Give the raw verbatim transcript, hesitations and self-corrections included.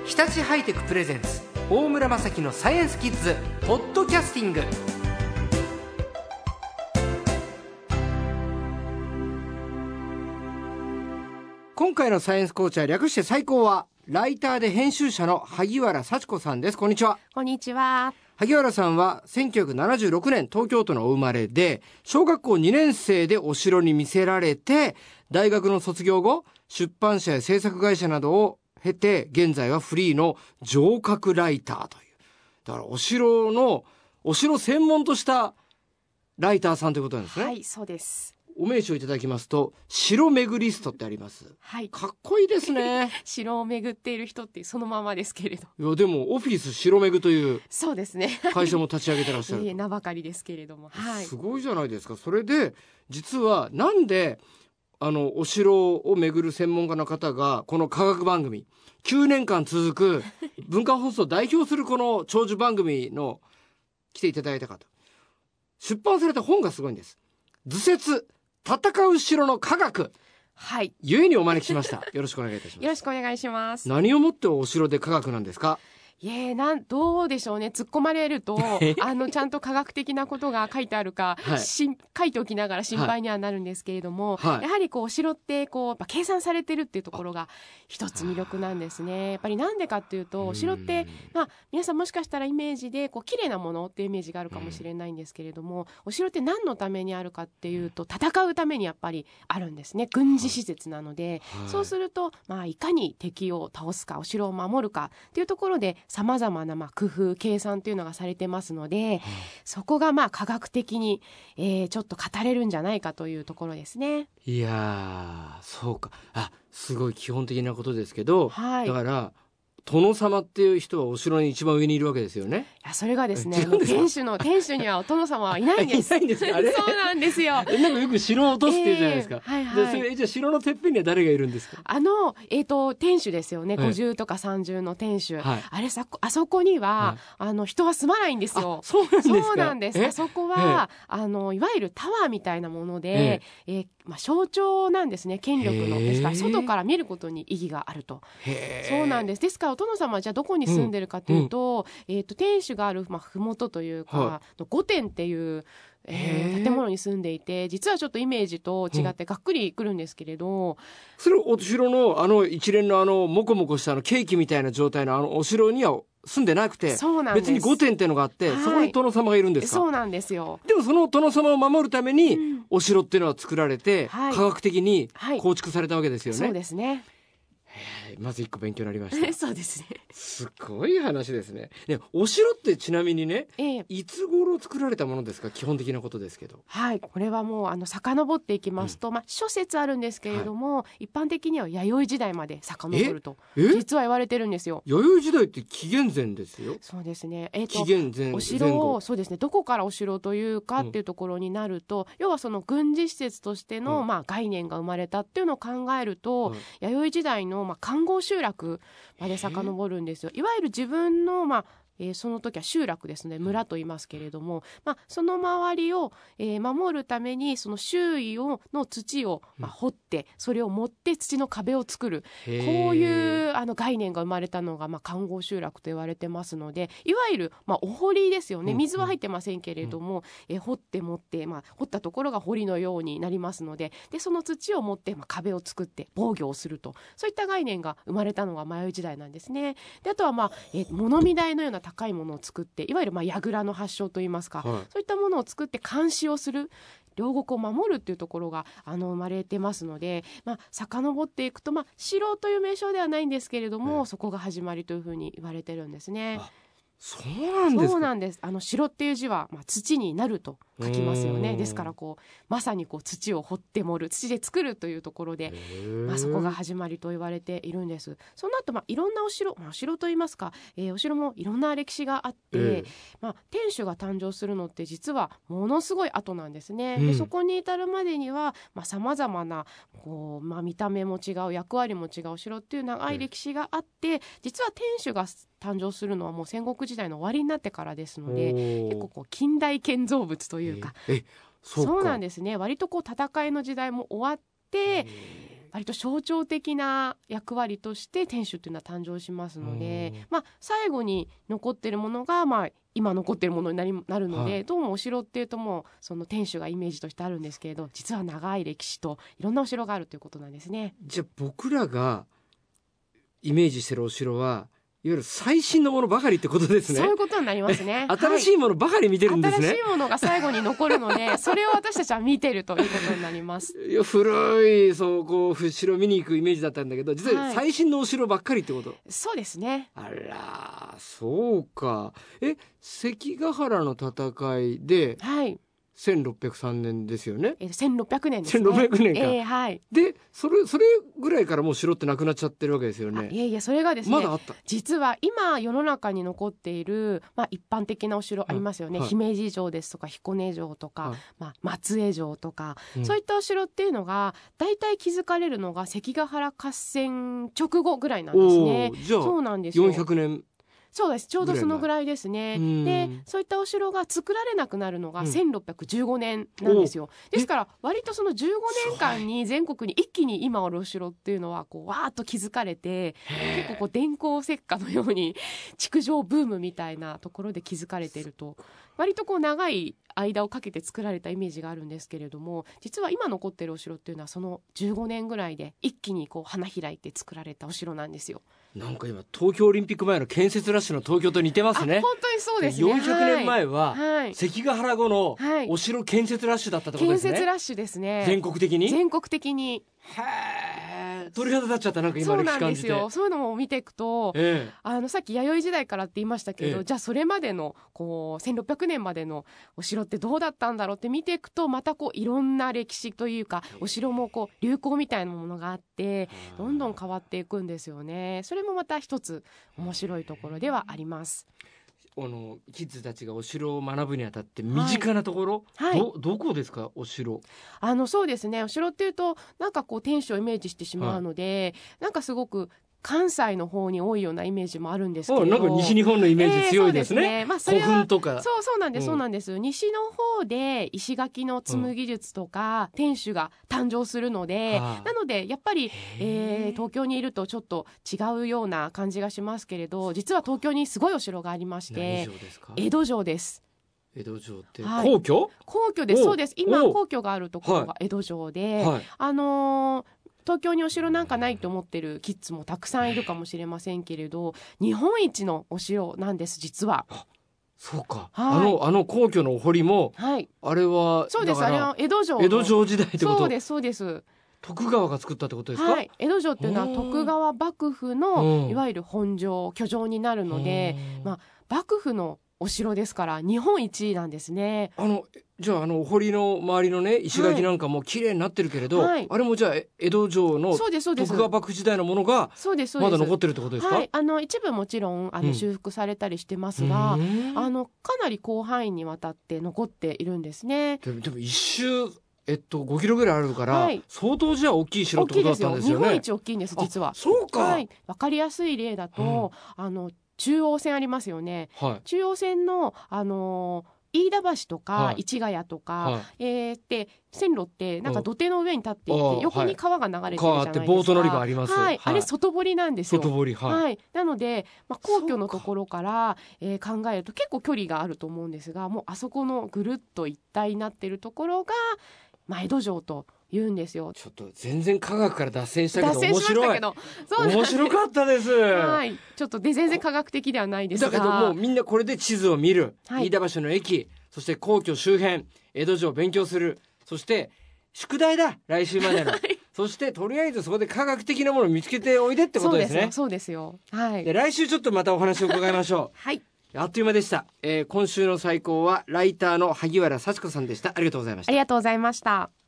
日立ハイテクプレゼンツ大村雅樹のサイエンスキッズポッドキャスティング。今回のサイエンスコーチは略して最高はライターで編集者の萩原幸子さんです。こんにちは。 こんにちは。 萩原さんはせんきゅうひゃくななじゅうろくねん東京都のお生まれで、小学校にねん生でお城に魅せられて、大学の卒業後出版社や制作会社などを経て、現在はフリーの城郭ライターという、だからお城のお城専門としたライターさんということなんですね。 はい、そうです。 お名刺をいただきますと、城巡りストってあります。 はい、 かっこいいですね。 城を巡っている人ってそのままですけれど。 いやでもオフィス城巡というそうですね。 会社も立ち上げてらっしゃる。 いえ、名ばかりですけれども、はい、 すごいじゃないですか。それで実はなんであのお城を巡る専門家の方がこの科学番組きゅうねんかん続く文化放送を代表するこの長寿番組の来ていただいたかと。出版された本がすごいんです。図説戦う城の科学。 はい。 ゆえにお招きしました。よろしくお願いいたします。 よろしくお願いします。 何をもってお城で科学なんですか？ いえ、なんどうでしょうね。突っ込まれるとあのちゃんと科学的なことが書いてあるか、はい、し書いておきながら心配にはなるんですけれども、はい、やはりこうお城ってこうやっぱ計算されてるっていうところが一つ魅力なんですね。やっぱりなんでかっていうと、お城ってまあ皆さんもしかしたらイメージでこう綺麗なものっていうイメージがあるかもしれないんですけれども、お城って何のためにあるかっていうと、戦うためにやっぱりあるんですね。軍事施設なので、はい、そうするとまあいかに敵を倒すか、お城を守るかっていうところで様々なまあ工夫計算というのがされてますので、はい、そこがまあ科学的に、えー、ちょっと語れるんじゃないかというところですね。 いやー、そうか。あ、すごい基本的なことですけど、はい、だから殿様っていう人はお城に一番上にいるわけですよね。 いや、それがですね、天守の天守にはお殿様はいないんです。 いないんですか？あれそうなんですよ。 なんかよく城を落とすっていうじゃないですか。 えーはいはい、 でそれじゃあ城のてっぺんには誰がいるんですか？ あの、えーと、天守ですよね。ご重とかさん重の天守、はい、あれさ、あそこには、はい、あの人は住まないんですよ。 そうなんですか？ そうなんです。あそこはあのいわゆるタワーみたいなもので、えーえーまあ、象徴なんですね。権力の。ですから外から見ることに意義があると。そうなんです。ですからお殿様はじゃあどこに住んでるかというと、うんうん、えーと、天守がある、まあ、麓というか、はい、御殿っていうえー、建物に住んでいて、実はちょっとイメージと違ってがっくりくるんですけれど、うん、 それお城のあの一連のあのモコモコしたあのケーキみたいな状態のあのお城には住んでなくて、 そうなんです。 別に御殿っていうのがあって、はい、そこに殿様がいるんですか？ そうなんですよ。 でもその殿様を守るために、うん、お城っていうのは作られて、はい、科学的に構築されたわけですよね。 はい、そうですね。 まず一個勉強になりました。 そうですね。 すごい話ですね。ね、お城ってちなみにね、ええ、いつ頃作られたものですか？基本的なことですけど。 はい、これはもうあの遡っていきますと、うん、まあ諸説あるんですけれども、はい、一般的には弥生時代まで遡ると実は言われてるんですよ。 弥生時代って紀元前ですよ。 そうですね。えーと、 紀元前お城をそうですね。どこからお城というかっていうところになると、うん、要はその軍事施設としての、うん、まあ概念が生まれたっていうのを考えると、うん、弥生時代のまあ環合集落まで遡るんですよ。いわゆる自分のまあえー、その時は集落ですね、村と言いますけれども、まあ、その周りを、えー、守るためにその周囲をの土を、まあ、掘ってそれを持って土の壁を作る、こういうあの概念が生まれたのが、まあ、環合集落と言われてますので、いわゆる、まあ、お堀ですよね。水は入ってませんけれども、うん、えー、掘って持って、まあ、掘ったところが堀のようになりますので、でその土を持って、まあ、壁を作って防御をすると、そういった概念が生まれたのが弥生時代なんですね。であとは、まあえー、物見台のような高いものを作って、いわゆるまあ櫓の発祥といいますか、はい、そういったものを作って監視をする、両国を守るっていうところがあの生まれてますので、まあ、遡っていくと、まあ、城という名称ではないんですけれども、そこが始まりというふうに言われてるんですね。 そうなんですか。 そうなんです。あの城っていう字は、まあ、土になると書きますよね。ですからこうまさにこう土を掘って盛る、土で作るというところで、まあ、そこが始まりと言われているんです。その後、まあいろんなお城、まあ、お城といいますか、えー、お城もいろんな歴史があって、まあ、天守が誕生するのって実はものすごい後なんですね。でそこに至るまでにはさまざ、まなこう、まあ、見た目も違う、役割も違うお城っていう長い歴史があって、実は天守が誕生するのはもう戦国時代の終わりになってからですので、結構こう近代建造物というか、 ええそうか、 そうなんですね。割とこう戦いの時代も終わって、 割と象徴的な役割として天守っていうのは誕生しますので、まあ、最後に残っているものが、まあ、今残っているものになりなるので、はい、どうもお城っていうともうその天守がイメージとしてあるんですけれど、実は長い歴史といろんなお城があるということなんですね。 じゃあ僕らがイメージしてるお城はいわゆる最新のものばかりってことですね。 そういうことになりますね。 新しいものばかり見てるんですね。 新しいものが最後に残るのでそれを私たちは見てるということになります。 いや古いそうこう城見に行くイメージだったんだけど、実は最新のお城ばっかりってこと、はい、 そうですね。 あらそうか。え関ヶ原の戦いで、はいせんろっぴゃくさんねんですよね。 えせんろっぴゃくねんですね。 せんろっぴゃくねんか、 えーはい、 でそれそれぐらいからもう城ってなくなっちゃってるわけですよね。 いやいやそれがですね、 まだあった。 実は今世の中に残っている、まあ、一般的なお城ありますよね、はい、姫路城ですとか彦根城とか、はいまあ、松江城とか、うん、そういったお城っていうのがだいたい築かれるのが関ヶ原合戦直後ぐらいなんですね。 じゃあそうなんですよ。よんひゃくねんそうです、ちょうどそのぐらいですね。でそういったお城が作られなくなるのがせんろっぴゃくじゅうごねんなんですよ、うん、ですから割とそのじゅうごねんかんに全国に一気に今あるお城っていうのはこうわーっと築かれて、結構こう電光石火のように築城ブームみたいなところで築かれていると、割とこう長い間をかけて作られたイメージがあるんですけれども、実は今残っているお城っていうのはそのじゅうごねんぐらいで一気にこう花開いて作られたお城なんですよ。 なんか今東京オリンピック前の建設ラッシュの東京と似てますね。 本当にそうですね。 よんひゃくねんまえは、 はい、 関ヶ原後のお城建設ラッシュだったってことですね。 建設ラッシュですね。 全国的に全国的に。 へー、鳥肌立っちゃった。なんか今の期間じて。 そうなんですよ。そういうのも見ていくと、ええ、あのさっき弥生時代からって言いましたけど、ええ、じゃあそれまでのこうせんろっぴゃくねんまでのお城ってどうだったんだろうって見ていくと、またこういろんな歴史というかお城もこう流行みたいなものがあってどんどん変わっていくんですよね。それもまた一つ面白いところではあります。 あのキッズたちがお城を学ぶにあたって身近なところ、はい、ど, どこですかお城。 あのそうですね、お城っていうとなんかこう天守をイメージしてしまうので、はい、なんかすごく関西の方に多いようなイメージもあるんですけれど、 なんか西日本のイメージ強いですね。えー、そうですね。まあ、それは古墳とか。 そうそうなんです、うん、そうなんです。西の方で石垣の積む技術とか、うん、天守が誕生するので、はあ、なのでやっぱり、えー、東京にいるとちょっと違うような感じがしますけれど、実は東京にすごいお城がありまして、 何城ですか？ 江戸城です。 江戸城って皇居？はい、 皇居です。そうです。今皇居があるところが江戸城で、はい、あのー東京にお城なんかないと思ってるキッズもたくさんいるかもしれませんけれど、日本一のお城なんです実は。 そうか、はい、あのあの皇居のお堀も、はい、あれはそうです、あれは江戸城の江戸城時代ってこと。 そうですそうです。 徳川が作ったってことですか？ はい、江戸城っていうのは徳川幕府のいわゆる本城居城になるので、まあ、幕府のお城ですから日本一なんですね。 あのじゃああのお堀の周りのね石垣なんかも綺麗になってるけれど、はい、あれもじゃあ江戸城の徳川幕府時代のものがまだ残ってるってことですか？ はい、あの一部もちろんあの修復されたりしてますが、うん、あのかなり広範囲にわたって残っているんですね。 でも、でも一周えっと、ごキロぐらいあるから、はい、相当じゃあ大きい城ってことだったんですよね。 日本一大きいんです実は。 そうか、 はい、分かりやすい例だと、うん、あの中央線ありますよね、はい、中央線の、あのー飯田橋とか市ヶ谷とか、はい、えー、で線路ってなんか土手の上に立っていて横に川が流れてるじゃないですか。 ボート乗り場あります、 はいはい、あれ外堀なんですよ。 外堀、はいはい、なので、まあ、皇居のところから、えー、考えると結構距離があると思うんですが、もうあそこのぐるっと一体になってるところが、まあ、江戸城と言うんですよ。 ちょっと全然科学から脱線したけど脱線しましたけど面白い面白かったです。 はい、ちょっとで全然科学的ではないですが、 だけどもうみんなこれで地図を見る、はい、飯田橋の駅、そして皇居周辺、江戸城を勉強する、そして宿題だ来週までの、はい、そしてとりあえずそこで科学的なものを見つけておいでってことですね。 そうですよ、そうですよ、はい、 で来週ちょっとまたお話を伺いましょうはい、 あっという間でした、えー、今週の最高はライターの萩原幸子さんでした。ありがとうございました。 ありがとうございました。